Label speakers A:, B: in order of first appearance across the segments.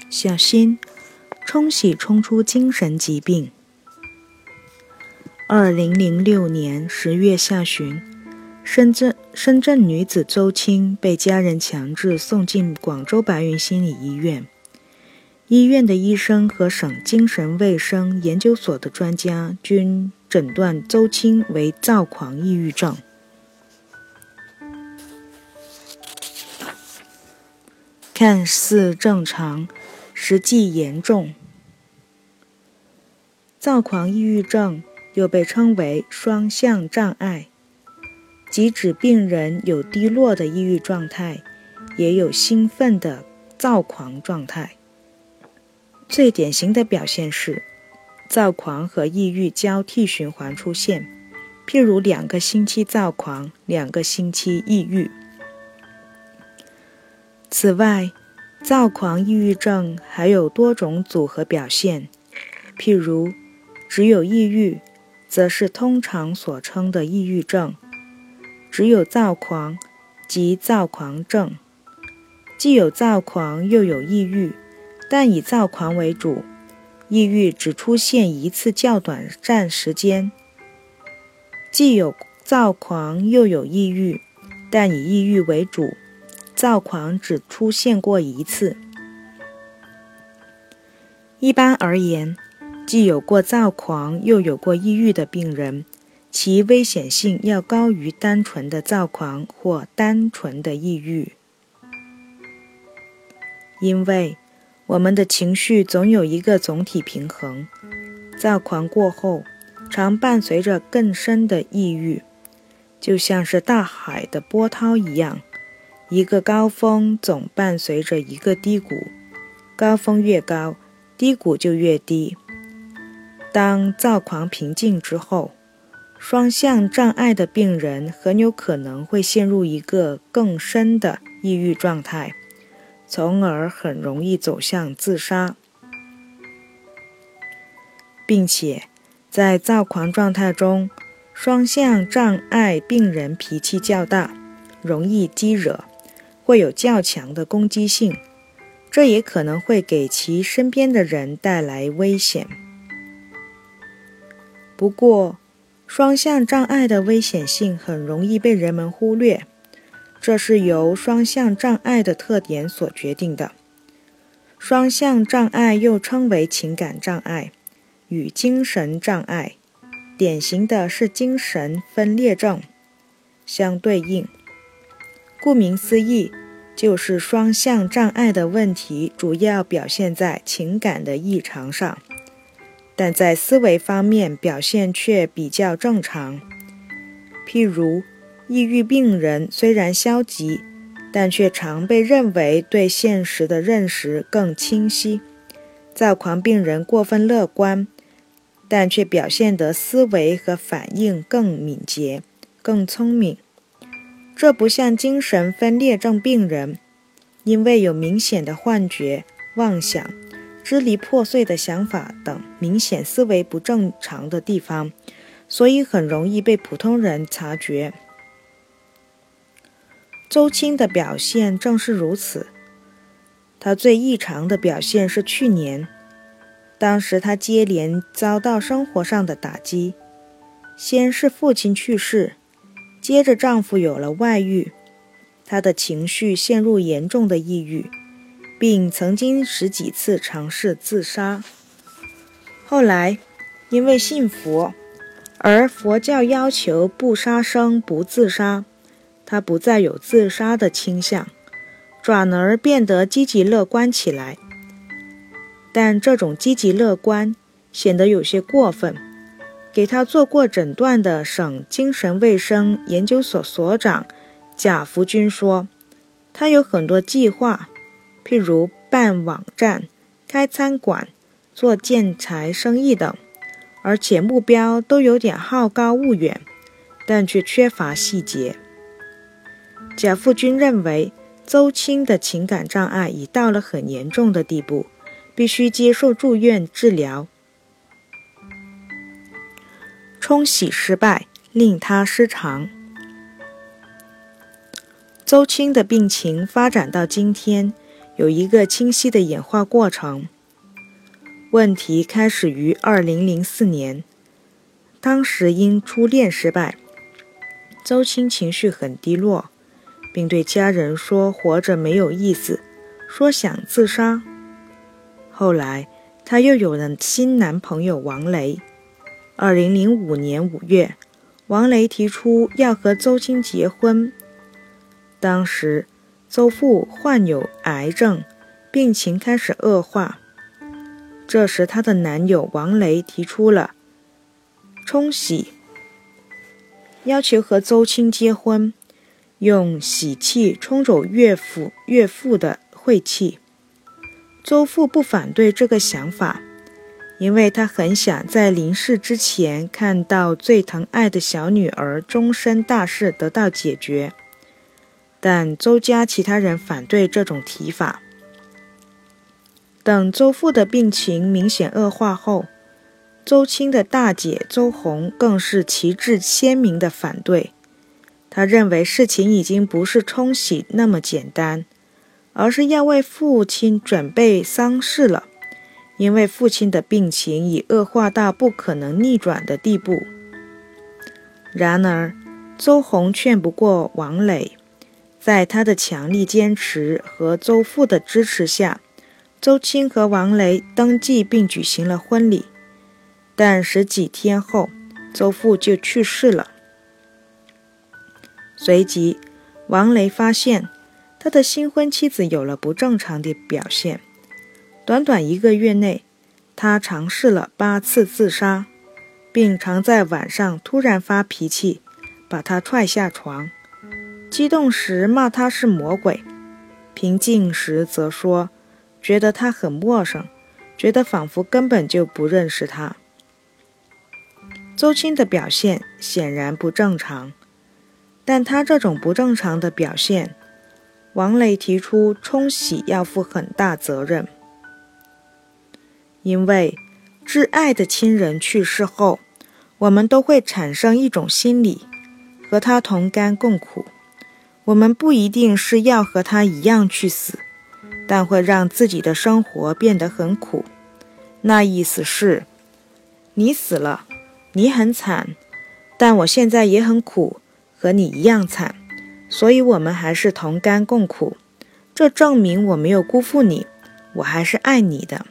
A: 小心，冲洗冲出精神疾病。2006年10月下旬，深圳女子周青被家人强制送进广州白云心理医院。医院的医生和省精神卫生研究所的专家均诊断周青为躁狂抑郁症。看似正常，实际严重。躁狂抑郁症又被称为双向障碍，即指病人有低落的抑郁状态，也有兴奋的躁狂状态。最典型的表现是躁狂和抑郁交替循环出现，譬如2个星期躁狂，2个星期抑郁。此外，躁狂抑郁症还有多种组合表现，譬如只有抑郁，则是通常所称的抑郁症；只有躁狂，即躁狂症；既有躁狂又有抑郁，但以躁狂为主，抑郁只出现一次较短暂时间；既有躁狂又有抑郁，但以抑郁为主，躁狂只出现过一次。一般而言，既有过躁狂又有过抑郁的病人，其危险性要高于单纯的躁狂或单纯的抑郁。因为我们的情绪总有一个总体平衡，躁狂过后常伴随着更深的抑郁，就像是大海的波涛一样，一个高峰总伴随着一个低谷，高峰越高，低谷就越低。当躁狂平静之后，双向障碍的病人很有可能会陷入一个更深的抑郁状态，从而很容易走向自杀，并且在躁狂状态中，双向障碍病人脾气较大，容易激惹，会有较强的攻击性，这也可能会给其身边的人带来危险。不过，双向障碍的危险性很容易被人们忽略，这是由双向障碍的特点所决定的。双向障碍又称为情感障碍与精神障碍，典型的是精神分裂症。相对应，顾名思义，就是双向障碍的问题主要表现在情感的异常上，但在思维方面表现却比较正常。譬如，抑郁病人虽然消极，但却常被认为对现实的认识更清晰；躁狂病人过分乐观，但却表现得思维和反应更敏捷、更聪明。这不像精神分裂症病人，因为有明显的幻觉、妄想、支离破碎的想法等明显思维不正常的地方，所以很容易被普通人察觉。周青的表现正是如此。他最异常的表现是去年，当时他接连遭到生活上的打击，先是父亲去世，接着丈夫有了外遇，她的情绪陷入严重的抑郁，并曾经10几次尝试自杀。后来因为信佛，而佛教要求不杀生不自杀，她不再有自杀的倾向，转而变得积极乐观起来。但这种积极乐观显得有些过分。给他做过诊断的省精神卫生研究所所长贾福军说，他有很多计划，譬如办网站、开餐馆、做建材生意等，而且目标都有点好高骛远，但却缺乏细节。贾福军认为周青的情感障碍已到了很严重的地步，必须接受住院治疗。冲洗失败，令他失常。周青的病情发展到今天， 有一个清晰的演化过程。问题开始于2004年，当时因初恋失败，周青情绪很低落，并对家人说活着没有意思，说想自杀。后来她又有了新男朋友王雷。2005年5月，王雷提出要和周青结婚。当时周父患有癌症，病情开始恶化。这时她的男友王雷提出了冲喜，要求和周青结婚，用喜气冲走岳父的晦气。周父不反对这个想法，因为他很想在临逝之前看到最疼爱的小女儿终身大事得到解决。但周家其他人反对这种提法。等周父的病情明显恶化后，周青的大姐周红更是旗帜鲜明的反对。她认为事情已经不是冲喜那么简单，而是要为父亲准备丧事了，因为父亲的病情已恶化到不可能逆转的地步。然而，周红劝不过王磊，在他的强力坚持和周父的支持下，周青和王雷登记并举行了婚礼。但10几天后，周父就去世了。随即，王雷发现他的新婚妻子有了不正常的表现。短短1个月内，他尝试了8次自杀，并常在晚上突然发脾气，把他踹下床。激动时骂他是魔鬼，平静时则说觉得他很陌生，觉得仿佛根本就不认识他。周青的表现显然不正常，但他这种不正常的表现，王磊提出冲喜要负很大责任。因为挚爱的亲人去世后，我们都会产生一种心理，和他同甘共苦。我们不一定是要和他一样去死，但会让自己的生活变得很苦。那意思是，你死了，你很惨，但我现在也很苦，和你一样惨，所以我们还是同甘共苦。这证明我没有辜负你，我还是爱你的。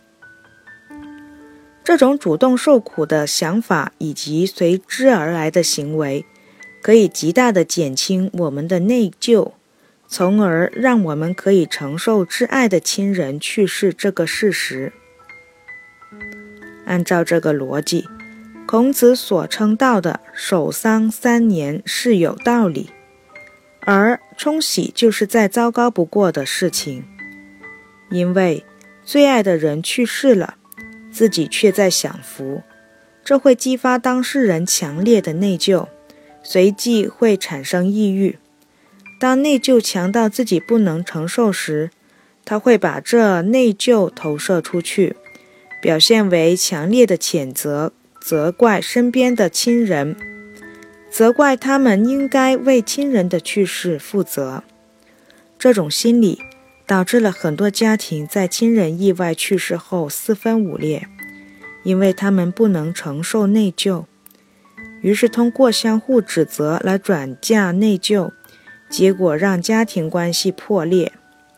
A: 这种主动受苦的想法以及随之而来的行为，可以极大地减轻我们的内疚，从而让我们可以承受挚爱的亲人去世这个事实。按照这个逻辑，孔子所称道的守丧3年是有道理，而冲喜就是再糟糕不过的事情。因为最爱的人去世了，自己却在享福，这会激发当事人强烈的内疚，随即会产生抑郁。当内疚强到自己不能承受时，他会把这内疚投射出去，表现为强烈的谴责，责怪身边的亲人，责怪他们应该为亲人的去世负责。这种心理导致了很多家庭在亲人意外去世后四分五裂，因为他们不能承受内疚，于是通过相互指责来转嫁内疚，结果让家庭关系破裂。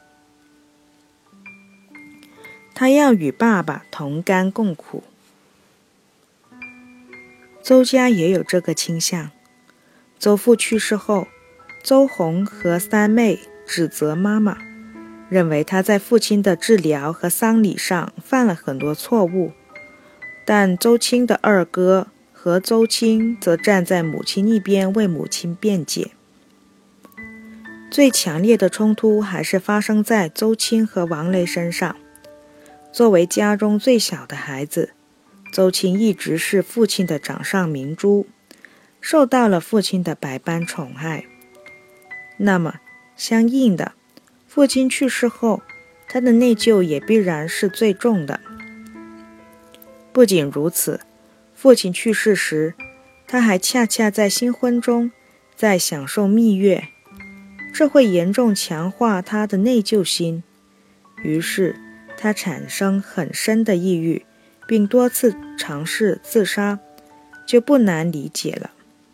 A: 他要与爸爸同甘共苦。周家也有这个倾向。周父去世后，周红和三妹指责妈妈，认为她在父亲的治疗和丧礼上犯了很多错误，但周青的二哥和周青则站在母亲一边为母亲辩解。最强烈的冲突还是发生在周青和王雷身上。作为家中最小的孩子，周青一直是父亲的掌上明珠，受到了父亲的百般宠爱。那么相应的，父亲去世后，他的内疚也必然是最重的。不仅如此，父亲去世时，他还恰恰在新婚中，在享受蜜月，这会严重强化他的内疚心， 于是他产生很深的抑郁，并多次尝试自杀，就不难理解了。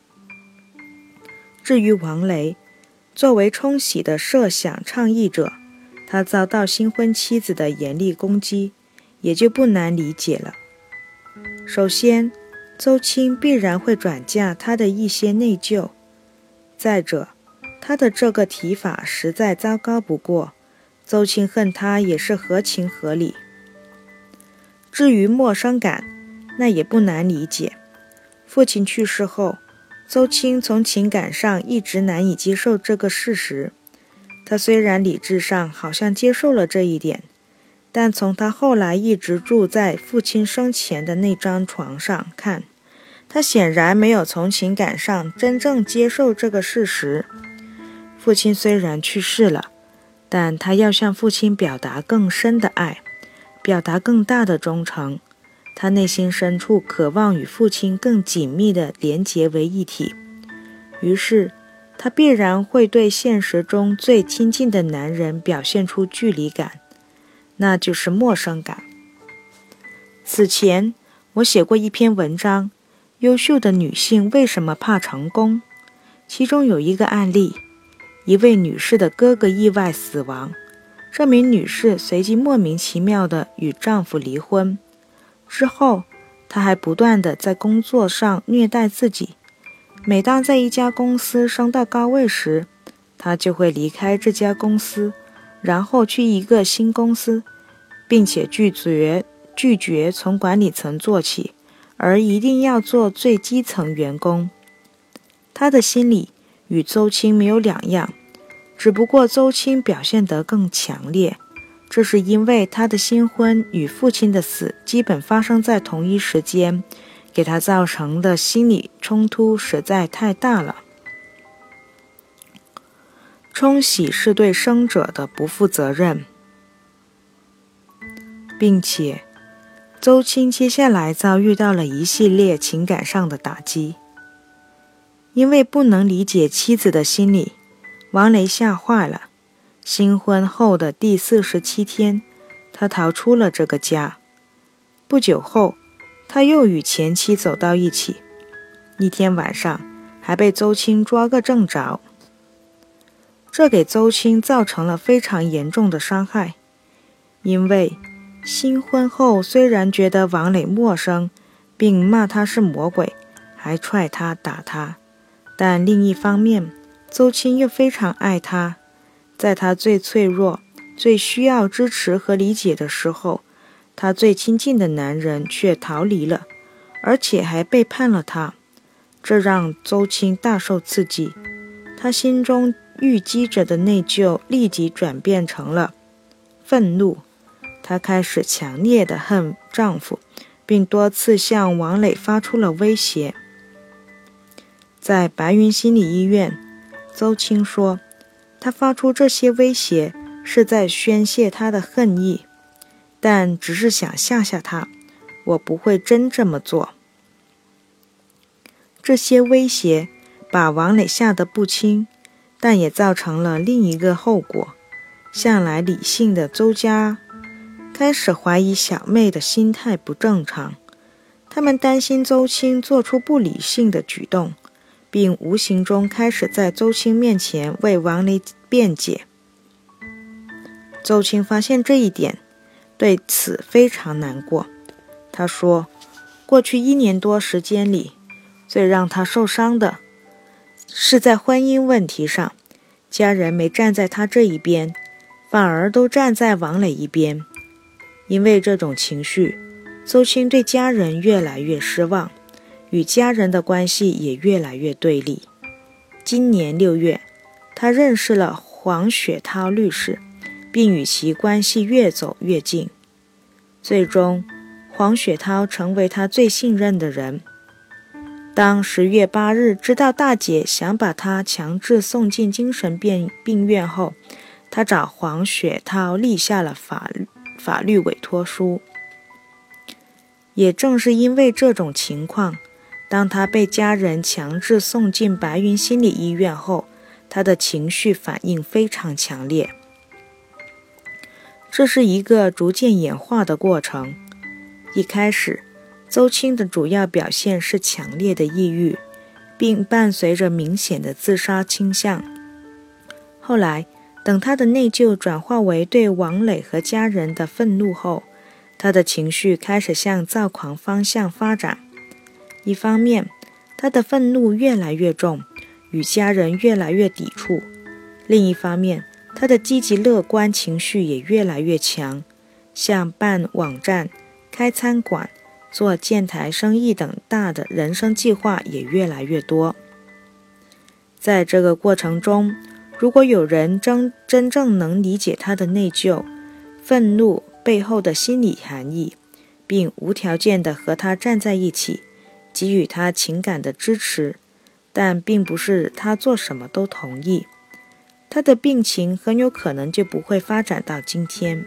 A: 至于王雷，作为冲喜的设想倡议者，他遭到新婚妻子的严厉攻击，也就不难理解了。首先，邹青必然会转嫁他的一些内疚，再者，他的这个提法实在糟糕不过，邹青恨他也是合情合理。至于陌生感，那也不难理解。父亲去世后，邹青从情感上一直难以接受这个事实。他虽然理智上好像接受了这一点，但从他后来一直住在父亲生前的那张床上看，他显然没有从情感上真正接受这个事实。父亲虽然去世了，但他要向父亲表达更深的爱，表达更大的忠诚。他内心深处渴望与父亲更紧密地连结为一体，于是他必然会对现实中最亲近的男人表现出距离感，那就是陌生感。此前我写过一篇文章，优秀的女性为什么怕成功？其中有一个案例，一位女士的哥哥意外死亡，这名女士随即莫名其妙地与丈夫离婚。之后，她还不断地在工作上虐待自己。每当在一家公司升到高位时，她就会离开这家公司，然后去一个新公司，并且拒绝从管理层做起，而一定要做最基层员工。她的心理与邹青没有两样，只不过邹青表现得更强烈。这是因为他的新婚与父亲的死基本发生在同一时间，给他造成的心理冲突实在太大了。冲喜是对生者的不负责任，并且邹青接下来遭遇到了一系列情感上的打击。因为不能理解妻子的心理，王雷吓坏了。新婚后的第47天，他逃出了这个家。不久后，他又与前妻走到一起，一天晚上还被邹青抓个正着。这给邹青造成了非常严重的伤害，因为新婚后虽然觉得王磊陌生，并骂他是魔鬼，还踹他打他，但另一方面，邹青又非常爱他。在他最脆弱、最需要支持和理解的时候，他最亲近的男人却逃离了，而且还背叛了他。这让邹青大受刺激，他心中郁积着的内疚立即转变成了愤怒。她开始强烈地恨丈夫，并多次向王磊发出了威胁。在白云心理医院，邹青说，他发出这些威胁是在宣泄他的恨意，但只是想吓吓他，我不会真这么做。这些威胁把王磊吓得不轻，但也造成了另一个后果。向来理性的邹家开始怀疑小妹的心态不正常，他们担心邹青做出不理性的举动，并无形中开始在邹青面前为王雷辩解。邹青发现这一点，对此非常难过。他说，过去1年多时间里，最让他受伤的是在婚姻问题上，家人没站在他这一边，反而都站在王磊一边。因为这种情绪，邹青对家人越来越失望，与家人的关系也越来越对立。今年6月，他认识了黄雪涛律师，并与其关系越走越近。最终，黄雪涛成为他最信任的人。当10月8日知道大姐想把他强制送进精神病院后，他找黄雪涛立下了法律委托书。也正是因为这种情况，当他被家人强制送进白云心理医院后，他的情绪反应非常强烈。 这是一个逐渐演化的过程。一开始，邹青的主要表现是强烈的抑郁，并伴随着明显的自杀倾向。后来，等他的内疚转化为对王磊和家人的愤怒后，他的情绪开始向躁狂方向发展。一方面，他的愤怒越来越重，与家人越来越抵触；另一方面，他的积极乐观情绪也越来越强，像办网站、开餐馆、做建材生意等大的人生计划也越来越多。在这个过程中，如果有人真正能理解他的内疚、愤怒背后的心理含义，并无条件地和他站在一起，给予他情感的支持，但并不是他做什么都同意，他的病情很有可能就不会发展到今天。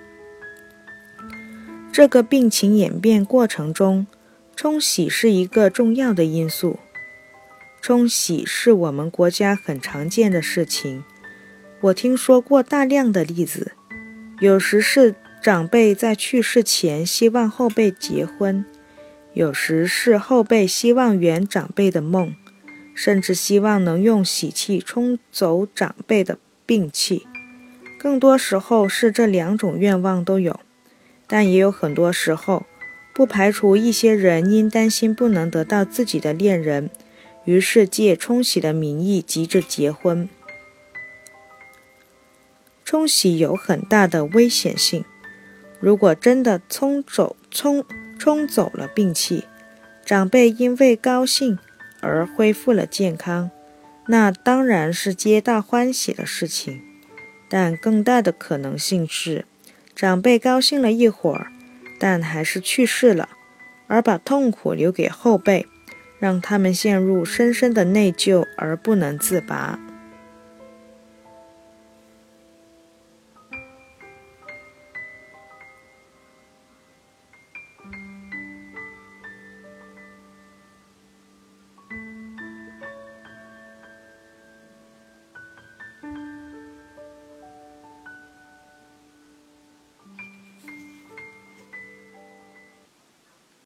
A: 这个病情演变过程中，冲洗是一个重要的因素。冲洗是我们国家很常见的事情，我听说过大量的例子，有时是长辈在去世前希望后辈结婚，有时是后辈希望圆长辈的梦，甚至希望能用喜气冲走长辈的病气。更多时候是这两种愿望都有，但也有很多时候，不排除一些人因担心不能得到自己的恋人，于是借冲洗的名义急着结婚。冲洗有很大的危险性，如果真的冲走了病气，长辈因为高兴而恢复了健康，那当然是皆大欢喜的事情。但更大的可能性是，长辈高兴了一会儿，但还是去世了，而把痛苦留给后辈，让他们陷入深深的内疚而不能自拔。